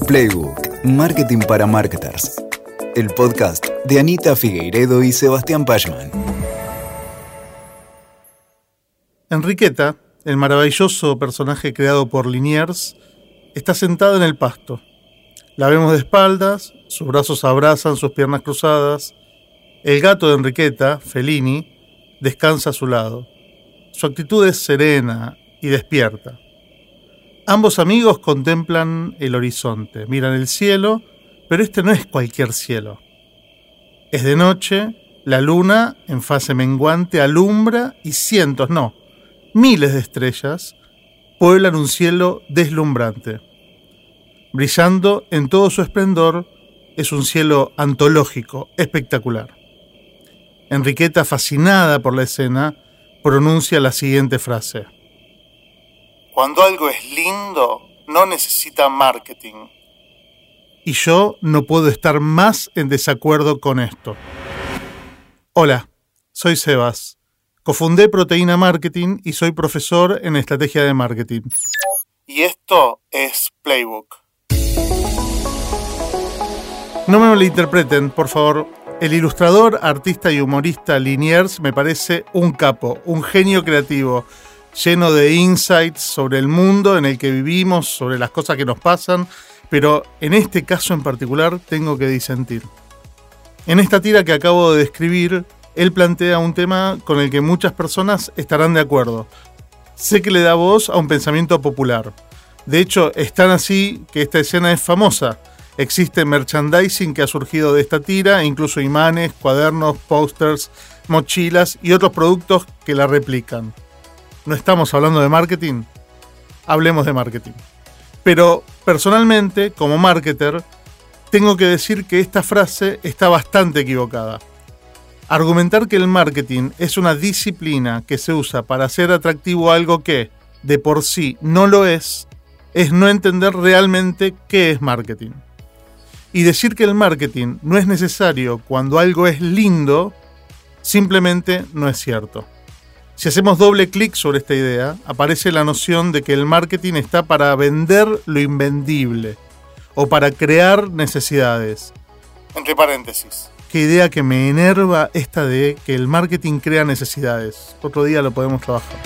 Playbook, Marketing para Marketers. El podcast de Anita Figueiredo y Sebastián Pachman. Enriqueta, el maravilloso personaje creado por Liniers, está sentada en el pasto. La vemos de espaldas, sus brazos abrazan sus piernas cruzadas. El gato de Enriqueta, Fellini, descansa a su lado. Su actitud es serena y despierta. Ambos amigos contemplan el horizonte, miran el cielo, pero este no es cualquier cielo. Es de noche, la luna, en fase menguante, alumbra y cientos, no, miles de estrellas pueblan un cielo deslumbrante. Brillando en todo su esplendor, es un cielo antológico, espectacular. Enriqueta, fascinada por la escena, pronuncia la siguiente frase. Cuando algo es lindo, no necesita marketing. Y yo no puedo estar más en desacuerdo con esto. Hola, soy Sebas. Cofundé Proteína Marketing y soy profesor en estrategia de marketing. Y esto es Playbook. No me malinterpreten, por favor. El ilustrador, artista y humorista Liniers me parece un capo, un genio creativo, lleno de insights sobre el mundo en el que vivimos, sobre las cosas que nos pasan, pero en este caso en particular tengo que disentir. En esta tira que acabo de describir, él plantea un tema con el que muchas personas estarán de acuerdo. Sé que le da voz a un pensamiento popular. De hecho, es tan así que esta escena es famosa. Existe merchandising que ha surgido de esta tira, incluso imanes, cuadernos, pósters, mochilas y otros productos que la replican. ¿No estamos hablando de marketing? Hablemos de marketing. Pero personalmente, como marketer, tengo que decir que esta frase está bastante equivocada. Argumentar que el marketing es una disciplina que se usa para hacer atractivo algo que, de por sí, no lo es no entender realmente qué es marketing. Y decir que el marketing no es necesario cuando algo es lindo, simplemente no es cierto. Si hacemos doble clic sobre esta idea, aparece la noción de que el marketing está para vender lo invendible o para crear necesidades. Entre paréntesis. Qué idea que me enerva esta de que el marketing crea necesidades. Otro día lo podemos trabajar.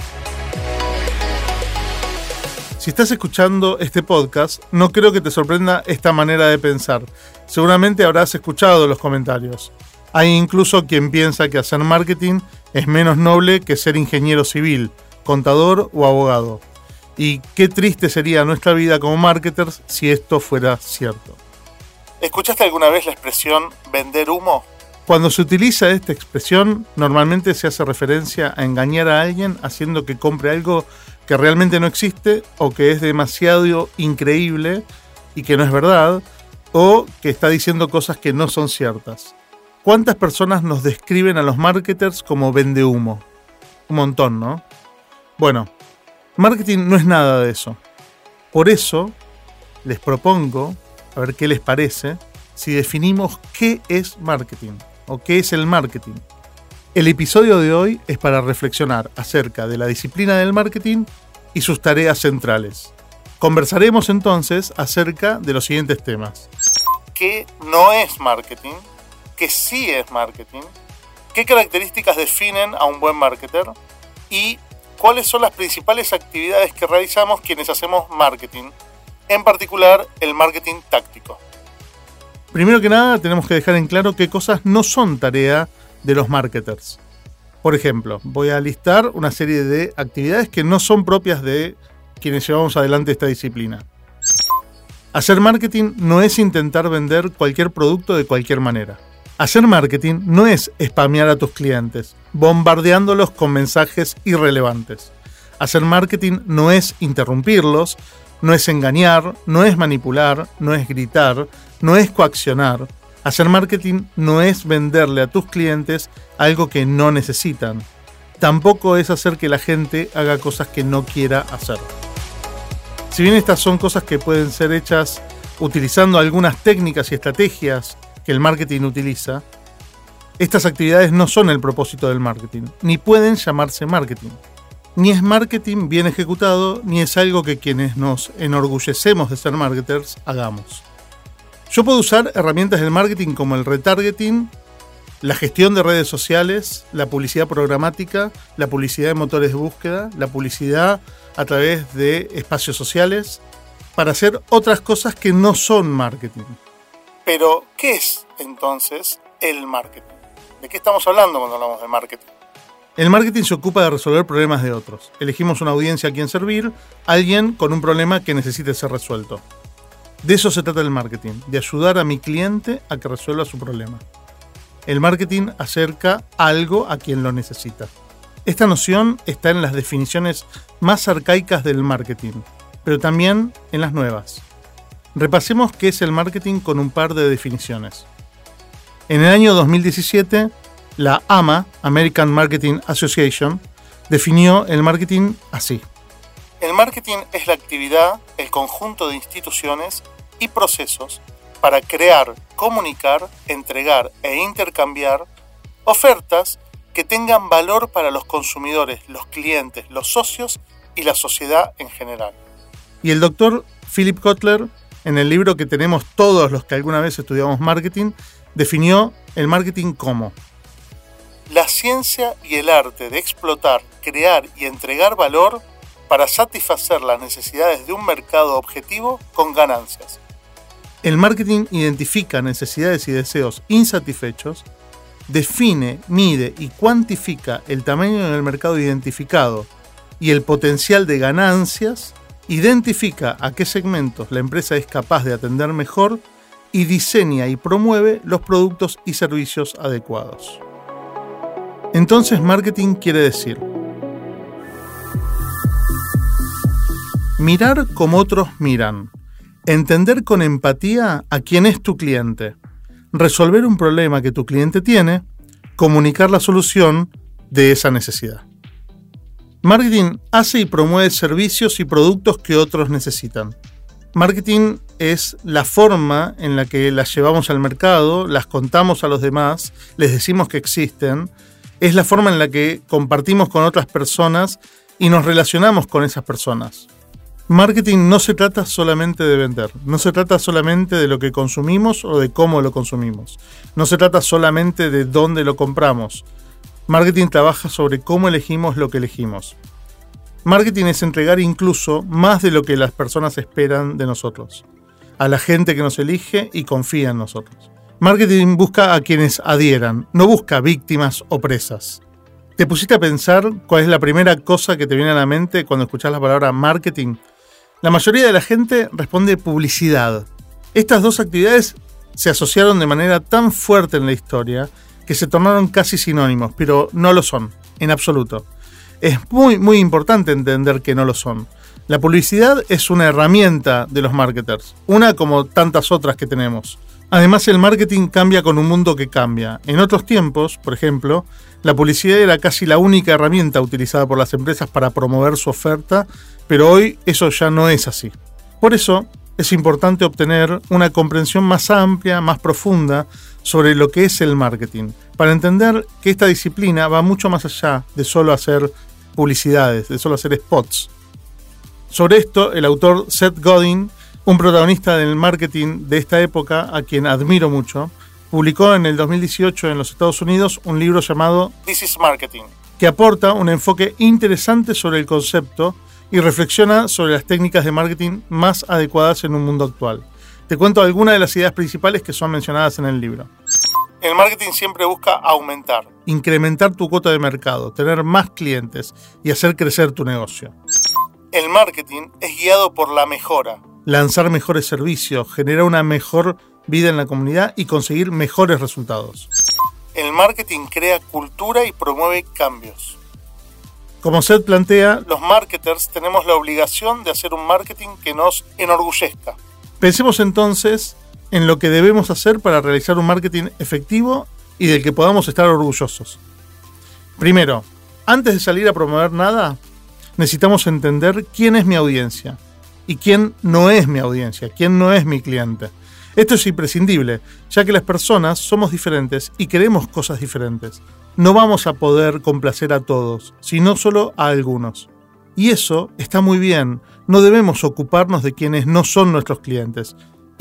Si estás escuchando este podcast, no creo que te sorprenda esta manera de pensar. Seguramente habrás escuchado los comentarios. Hay incluso quien piensa que hacer marketing es menos noble que ser ingeniero civil, contador o abogado. Y qué triste sería nuestra vida como marketers si esto fuera cierto. ¿Escuchaste alguna vez la expresión vender humo? Cuando se utiliza esta expresión, normalmente se hace referencia a engañar a alguien haciendo que compre algo que realmente no existe o que es demasiado increíble y que no es verdad, o que está diciendo cosas que no son ciertas. ¿Cuántas personas nos describen a los marketers como vende humo? Un montón, ¿no? Bueno, marketing no es nada de eso. Por eso, les propongo, a ver qué les parece, si definimos qué es marketing o qué es el marketing. El episodio de hoy es para reflexionar acerca de la disciplina del marketing y sus tareas centrales. Conversaremos entonces acerca de los siguientes temas. ¿Qué no es marketing? ¿Qué sí es marketing? ¿Qué características definen a un buen marketer? ¿Y cuáles son las principales actividades que realizamos quienes hacemos marketing? En particular, el marketing táctico. Primero que nada, tenemos que dejar en claro qué cosas no son tarea de los marketers. Por ejemplo, voy a listar una serie de actividades que no son propias de quienes llevamos adelante esta disciplina. Hacer marketing no es intentar vender cualquier producto de cualquier manera. Hacer marketing no es spamear a tus clientes, bombardeándolos con mensajes irrelevantes. Hacer marketing no es interrumpirlos, no es engañar, no es manipular, no es gritar, no es coaccionar. Hacer marketing no es venderle a tus clientes algo que no necesitan. Tampoco es hacer que la gente haga cosas que no quiera hacer. Si bien estas son cosas que pueden ser hechas utilizando algunas técnicas y estrategias que el marketing utiliza, estas actividades no son el propósito del marketing, ni pueden llamarse marketing. Ni es marketing bien ejecutado, ni es algo que quienes nos enorgullecemos de ser marketers hagamos. Yo puedo usar herramientas del marketing como el retargeting, la gestión de redes sociales, la publicidad programática, la publicidad de motores de búsqueda, la publicidad a través de espacios sociales, para hacer otras cosas que no son marketing. Pero, ¿qué es entonces el marketing? ¿De qué estamos hablando cuando hablamos de marketing? El marketing se ocupa de resolver problemas de otros. Elegimos una audiencia a quien servir, alguien con un problema que necesite ser resuelto. De eso se trata el marketing, de ayudar a mi cliente a que resuelva su problema. El marketing acerca algo a quien lo necesita. Esta noción está en las definiciones más arcaicas del marketing, pero también en las nuevas. Repasemos qué es el marketing con un par de definiciones. En el año 2017, la AMA, American Marketing Association, definió el marketing así. El marketing es la actividad, el conjunto de instituciones y procesos para crear, comunicar, entregar e intercambiar ofertas que tengan valor para los consumidores, los clientes, los socios y la sociedad en general. Y el doctor Philip Kotler, en el libro que tenemos todos los que alguna vez estudiamos marketing, definió el marketing como la ciencia y el arte de explotar, crear y entregar valor para satisfacer las necesidades de un mercado objetivo con ganancias. El marketing identifica necesidades y deseos insatisfechos, define, mide y cuantifica el tamaño del mercado identificado y el potencial de ganancias, identifica a qué segmentos la empresa es capaz de atender mejor y diseña y promueve los productos y servicios adecuados. Entonces, marketing quiere decir mirar como otros miran, entender con empatía a quién es tu cliente, resolver un problema que tu cliente tiene, comunicar la solución de esa necesidad. Marketing hace y promueve servicios y productos que otros necesitan. Marketing es la forma en la que las llevamos al mercado, las contamos a los demás, les decimos que existen, es la forma en la que compartimos con otras personas y nos relacionamos con esas personas. Marketing no se trata solamente de vender, no se trata solamente de lo que consumimos o de cómo lo consumimos, no se trata solamente de dónde lo compramos. Marketing trabaja sobre cómo elegimos lo que elegimos. Marketing es entregar incluso más de lo que las personas esperan de nosotros, a la gente que nos elige y confía en nosotros. Marketing busca a quienes adhieran, no busca víctimas o presas. ¿Te pusiste a pensar cuál es la primera cosa que te viene a la mente cuando escuchas la palabra marketing? La mayoría de la gente responde publicidad. Estas dos actividades se asociaron de manera tan fuerte en la historia que se tornaron casi sinónimos, pero no lo son, en absoluto. Es muy importante entender que no lo son. La publicidad es una herramienta de los marketers, una como tantas otras que tenemos. Además, el marketing cambia con un mundo que cambia. En otros tiempos, por ejemplo, la publicidad era casi la única herramienta utilizada por las empresas para promover su oferta, pero hoy eso ya no es así. Por eso, es importante obtener una comprensión más amplia, más profunda sobre lo que es el marketing, para entender que esta disciplina va mucho más allá de solo hacer publicidades, de solo hacer spots. Sobre esto, el autor Seth Godin, un protagonista del marketing de esta época, a quien admiro mucho, publicó en el 2018 en los Estados Unidos un libro llamado This is Marketing, que aporta un enfoque interesante sobre el concepto y reflexiona sobre las técnicas de marketing más adecuadas en un mundo actual. Te cuento algunas de las ideas principales que son mencionadas en el libro. El marketing siempre busca aumentar, incrementar tu cuota de mercado, tener más clientes y hacer crecer tu negocio. El marketing es guiado por la mejora, lanzar mejores servicios, generar una mejor vida en la comunidad y conseguir mejores resultados. El marketing crea cultura y promueve cambios. Como Seth plantea, los marketers tenemos la obligación de hacer un marketing que nos enorgullezca. Pensemos entonces en lo que debemos hacer para realizar un marketing efectivo y del que podamos estar orgullosos. Primero, antes de salir a promover nada, necesitamos entender quién es mi audiencia y quién no es mi audiencia, quién no es mi cliente. Esto es imprescindible, ya que las personas somos diferentes y queremos cosas diferentes. No vamos a poder complacer a todos, sino solo a algunos. Y eso está muy bien, no debemos ocuparnos de quienes no son nuestros clientes.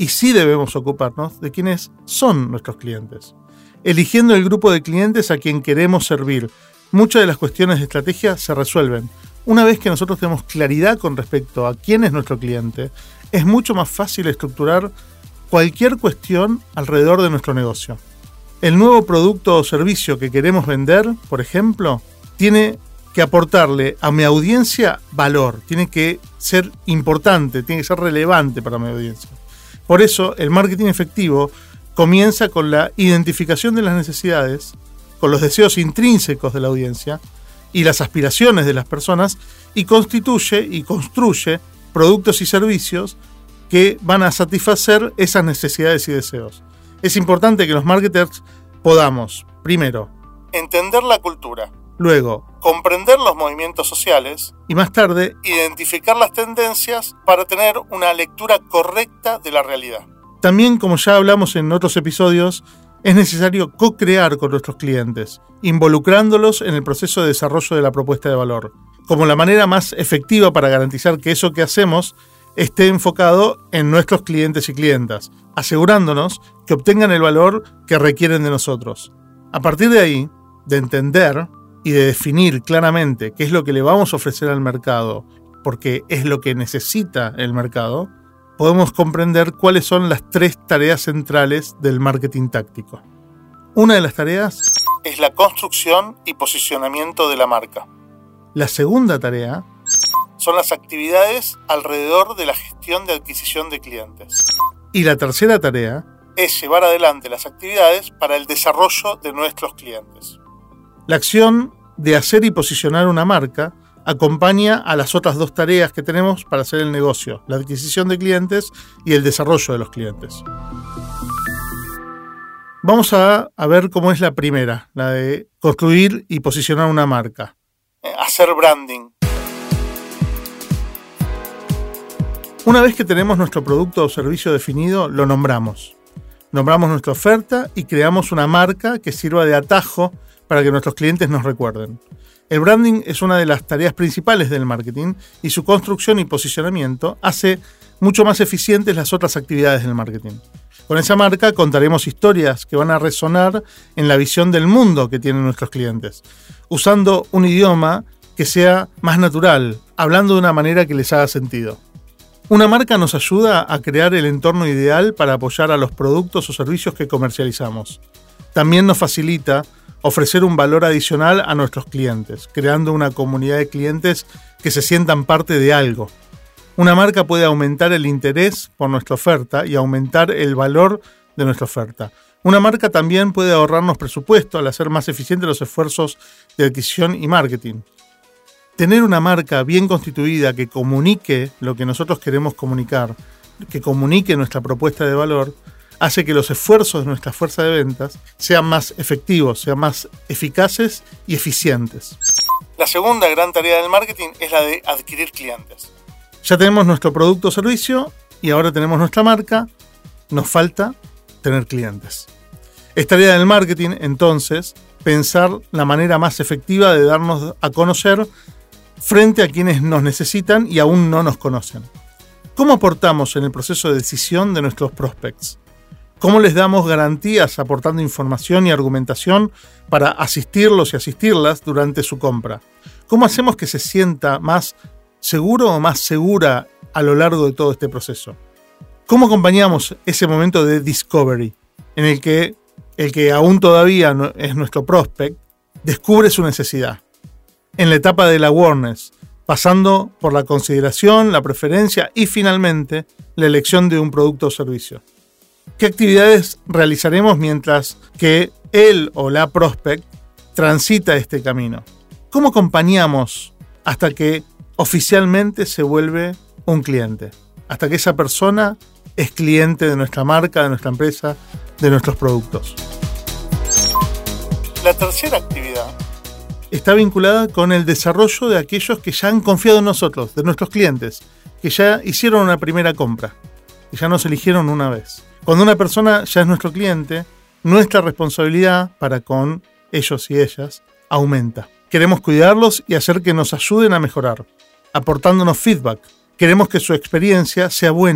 Y sí debemos ocuparnos de quienes son nuestros clientes, eligiendo el grupo de clientes a quien queremos servir. Muchas de las cuestiones de estrategia se resuelven. Una vez que nosotros tenemos claridad con respecto a quién es nuestro cliente, es mucho más fácil estructurar cualquier cuestión alrededor de nuestro negocio. El nuevo producto o servicio que queremos vender, por ejemplo, tiene que aportarle a mi audiencia valor, tiene que ser importante, tiene que ser relevante para mi audiencia. Por eso, el marketing efectivo comienza con la identificación de las necesidades, con los deseos intrínsecos de la audiencia y las aspiraciones de las personas, y constituye y construye productos y servicios que van a satisfacer esas necesidades y deseos. Es importante que los marketers podamos, primero, entender la cultura, luego, comprender los movimientos sociales y más tarde, identificar las tendencias para tener una lectura correcta de la realidad. También, como ya hablamos en otros episodios, es necesario co-crear con nuestros clientes, involucrándolos en el proceso de desarrollo de la propuesta de valor, como la manera más efectiva para garantizar que eso que hacemos esté enfocado en nuestros clientes y clientas, asegurándonos que obtengan el valor que requieren de nosotros. A partir de ahí, de entender y de definir claramente qué es lo que le vamos a ofrecer al mercado, porque es lo que necesita el mercado, podemos comprender cuáles son las 3 tareas centrales del marketing táctico. Una de las tareas es la construcción y posicionamiento de la marca. La segunda tarea son las actividades alrededor de la gestión de adquisición de clientes. Y la tercera tarea es llevar adelante las actividades para el desarrollo de nuestros clientes. La acción de hacer y posicionar una marca acompaña a las otras 2 tareas que tenemos para hacer el negocio, la adquisición de clientes y el desarrollo de los clientes. Vamos a ver cómo es la primera, la de construir y posicionar una marca. Hacer branding. Una vez que tenemos nuestro producto o servicio definido, lo nombramos. Nombramos nuestra oferta y creamos una marca que sirva de atajo para que nuestros clientes nos recuerden. El branding es una de las tareas principales del marketing y su construcción y posicionamiento hace mucho más eficientes las otras actividades del marketing. Con esa marca contaremos historias que van a resonar en la visión del mundo que tienen nuestros clientes, usando un idioma que sea más natural, hablando de una manera que les haga sentido. Una marca nos ayuda a crear el entorno ideal para apoyar a los productos o servicios que comercializamos. También nos facilita ofrecer un valor adicional a nuestros clientes, creando una comunidad de clientes que se sientan parte de algo. Una marca puede aumentar el interés por nuestra oferta y aumentar el valor de nuestra oferta. Una marca también puede ahorrarnos presupuesto al hacer más eficientes los esfuerzos de adquisición y marketing. Tener una marca bien constituida que comunique lo que nosotros queremos comunicar, que comunique nuestra propuesta de valor, hace que los esfuerzos de nuestra fuerza de ventas sean más efectivos, sean más eficaces y eficientes. La segunda gran tarea del marketing es la de adquirir clientes. Ya tenemos nuestro producto o servicio y ahora tenemos nuestra marca. Nos falta tener clientes. Es tarea del marketing, entonces, pensar la manera más efectiva de darnos a conocer frente a quienes nos necesitan y aún no nos conocen. ¿Cómo aportamos en el proceso de decisión de nuestros prospects? ¿Cómo les damos garantías aportando información y argumentación para asistirlos y asistirlas durante su compra? ¿Cómo hacemos que se sienta más seguro o más segura a lo largo de todo este proceso? ¿Cómo acompañamos ese momento de discovery en el que aún todavía no es nuestro prospect descubre su necesidad? En la etapa del awareness, pasando por la consideración, la preferencia y finalmente la elección de un producto o servicio. ¿Qué actividades realizaremos mientras que él o la prospect transita este camino? ¿Cómo acompañamos hasta que oficialmente se vuelve un cliente? Hasta que esa persona es cliente de nuestra marca, de nuestra empresa, de nuestros productos. La tercera actividad está vinculada con el desarrollo de aquellos que ya han confiado en nosotros, de nuestros clientes, que ya hicieron una primera compra, que ya nos eligieron una vez. Cuando una persona ya es nuestro cliente, nuestra responsabilidad para con ellos y ellas aumenta. Queremos cuidarlos y hacer que nos ayuden a mejorar, aportándonos feedback. Queremos que su experiencia sea buena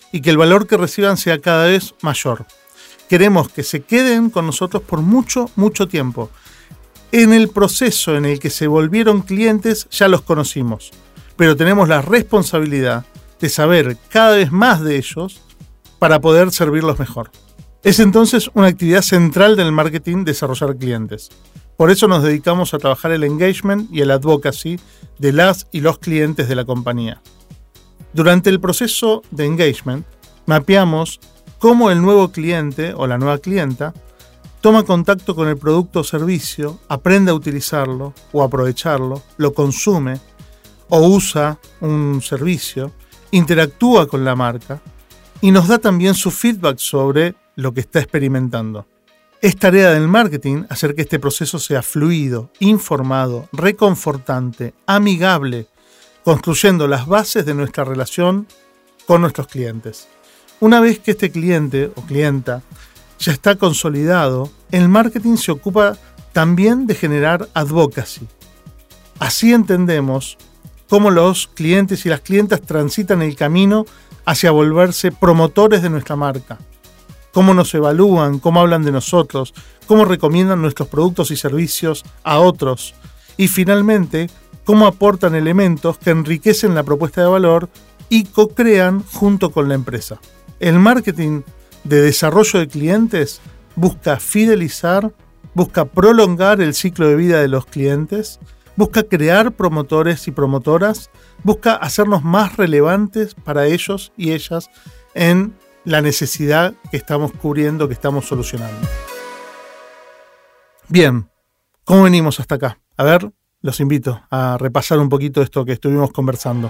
y que el valor que reciban sea cada vez mayor. Queremos que se queden con nosotros por mucho, mucho tiempo. En el proceso en el que se volvieron clientes ya los conocimos, pero tenemos la responsabilidad de saber cada vez más de ellos para poder servirlos mejor. Es entonces una actividad central del marketing desarrollar clientes. Por eso nos dedicamos a trabajar el engagement y el advocacy de las y los clientes de la compañía. Durante el proceso de engagement, mapeamos cómo el nuevo cliente o la nueva clienta toma contacto con el producto o servicio, aprende a utilizarlo o aprovecharlo, lo consume o usa un servicio, interactúa con la marca y nos da también su feedback sobre lo que está experimentando. Es tarea del marketing hacer que este proceso sea fluido, informado, reconfortante, amigable, construyendo las bases de nuestra relación con nuestros clientes. Una vez que este cliente o clienta ya está consolidado, el marketing se ocupa también de generar advocacy. Así entendemos cómo los clientes y las clientas transitan el camino hacia volverse promotores de nuestra marca. Cómo nos evalúan, cómo hablan de nosotros, cómo recomiendan nuestros productos y servicios a otros. Y finalmente, cómo aportan elementos que enriquecen la propuesta de valor y co-crean junto con la empresa. El marketing de desarrollo de clientes busca fidelizar, busca prolongar el ciclo de vida de los clientes, busca crear promotores y promotoras, busca hacernos más relevantes para ellos y ellas en la necesidad que estamos cubriendo, que estamos solucionando. Bien, ¿cómo venimos hasta acá? A ver, los invito a repasar un poquito esto que estuvimos conversando.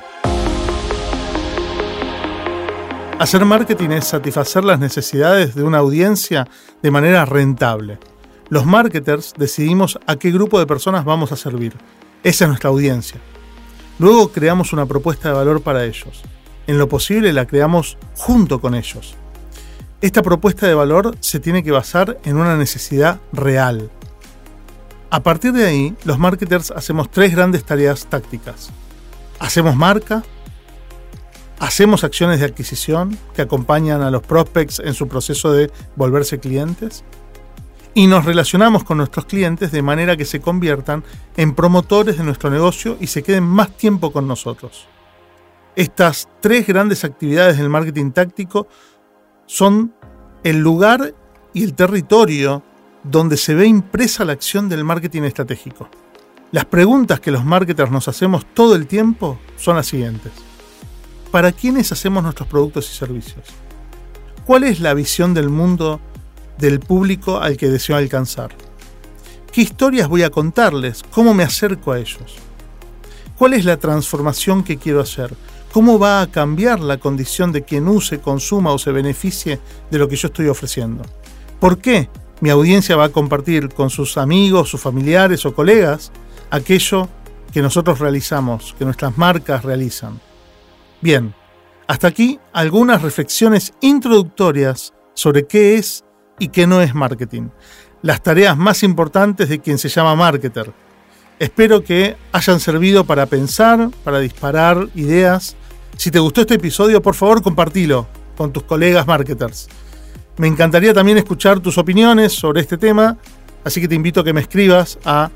Hacer marketing es satisfacer las necesidades de una audiencia de manera rentable. Los marketers decidimos a qué grupo de personas vamos a servir. Esa es nuestra audiencia. Luego creamos una propuesta de valor para ellos. En lo posible la creamos junto con ellos. Esta propuesta de valor se tiene que basar en una necesidad real. A partir de ahí, los marketers hacemos 3 grandes tareas tácticas. Hacemos marca, hacemos acciones de adquisición que acompañan a los prospects en su proceso de volverse clientes y nos relacionamos con nuestros clientes de manera que se conviertan en promotores de nuestro negocio y se queden más tiempo con nosotros. Estas 3 grandes actividades del marketing táctico son el lugar y el territorio donde se ve impresa la acción del marketing estratégico. Las preguntas que los marketers nos hacemos todo el tiempo son las siguientes. ¿Para quiénes hacemos nuestros productos y servicios? ¿Cuál es la visión del mundo del público al que deseo alcanzar? ¿Qué historias voy a contarles? ¿Cómo me acerco a ellos? ¿Cuál es la transformación que quiero hacer? ¿Cómo va a cambiar la condición de quien use, consuma o se beneficie de lo que yo estoy ofreciendo? ¿Por qué mi audiencia va a compartir con sus amigos, sus familiares o colegas aquello que nosotros realizamos, que nuestras marcas realizan? Bien, hasta aquí algunas reflexiones introductorias sobre qué es y qué no es marketing. Las tareas más importantes de quien se llama marketer. Espero que hayan servido para pensar, para disparar ideas. Si te gustó este episodio, por favor, compartilo con tus colegas marketers. Me encantaría también escuchar tus opiniones sobre este tema, así que te invito a que me escribas a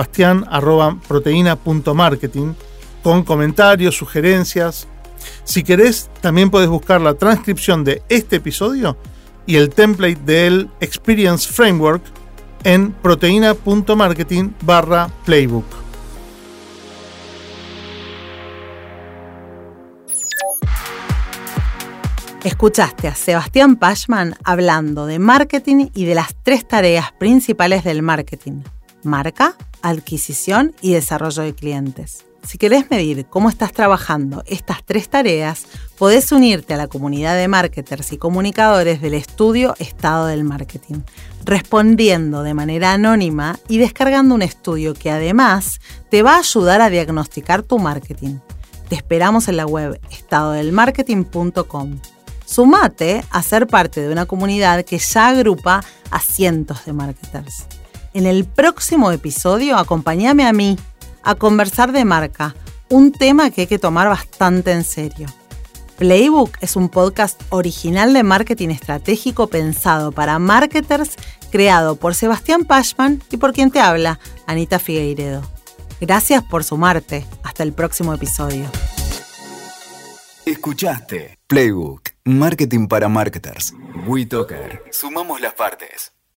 sebastian@proteina.marketing con comentarios, sugerencias. Si querés, también puedes buscar la transcripción de este episodio y el template del Experience Framework en proteina.marketing/playbook. Escuchaste a Sebastián Pashman hablando de marketing y de las 3 tareas principales del marketing: marca, adquisición y desarrollo de clientes. Si querés medir cómo estás trabajando estas 3 tareas, podés unirte a la comunidad de marketers y comunicadores del estudio Estado del Marketing, respondiendo de manera anónima y descargando un estudio que además te va a ayudar a diagnosticar tu marketing. Te esperamos en la web estadodelmarketing.com. Sumate a ser parte de una comunidad que ya agrupa a cientos de marketers. En el próximo episodio, acompáñame a mí a conversar de marca, un tema que hay que tomar bastante en serio. Playbook es un podcast original de marketing estratégico pensado para marketers, creado por Sebastián Pashman y por quien te habla, Anita Figueiredo. Gracias por sumarte. Hasta el próximo episodio. Escuchaste Playbook, Marketing para Marketers. WeToker. Sumamos las partes.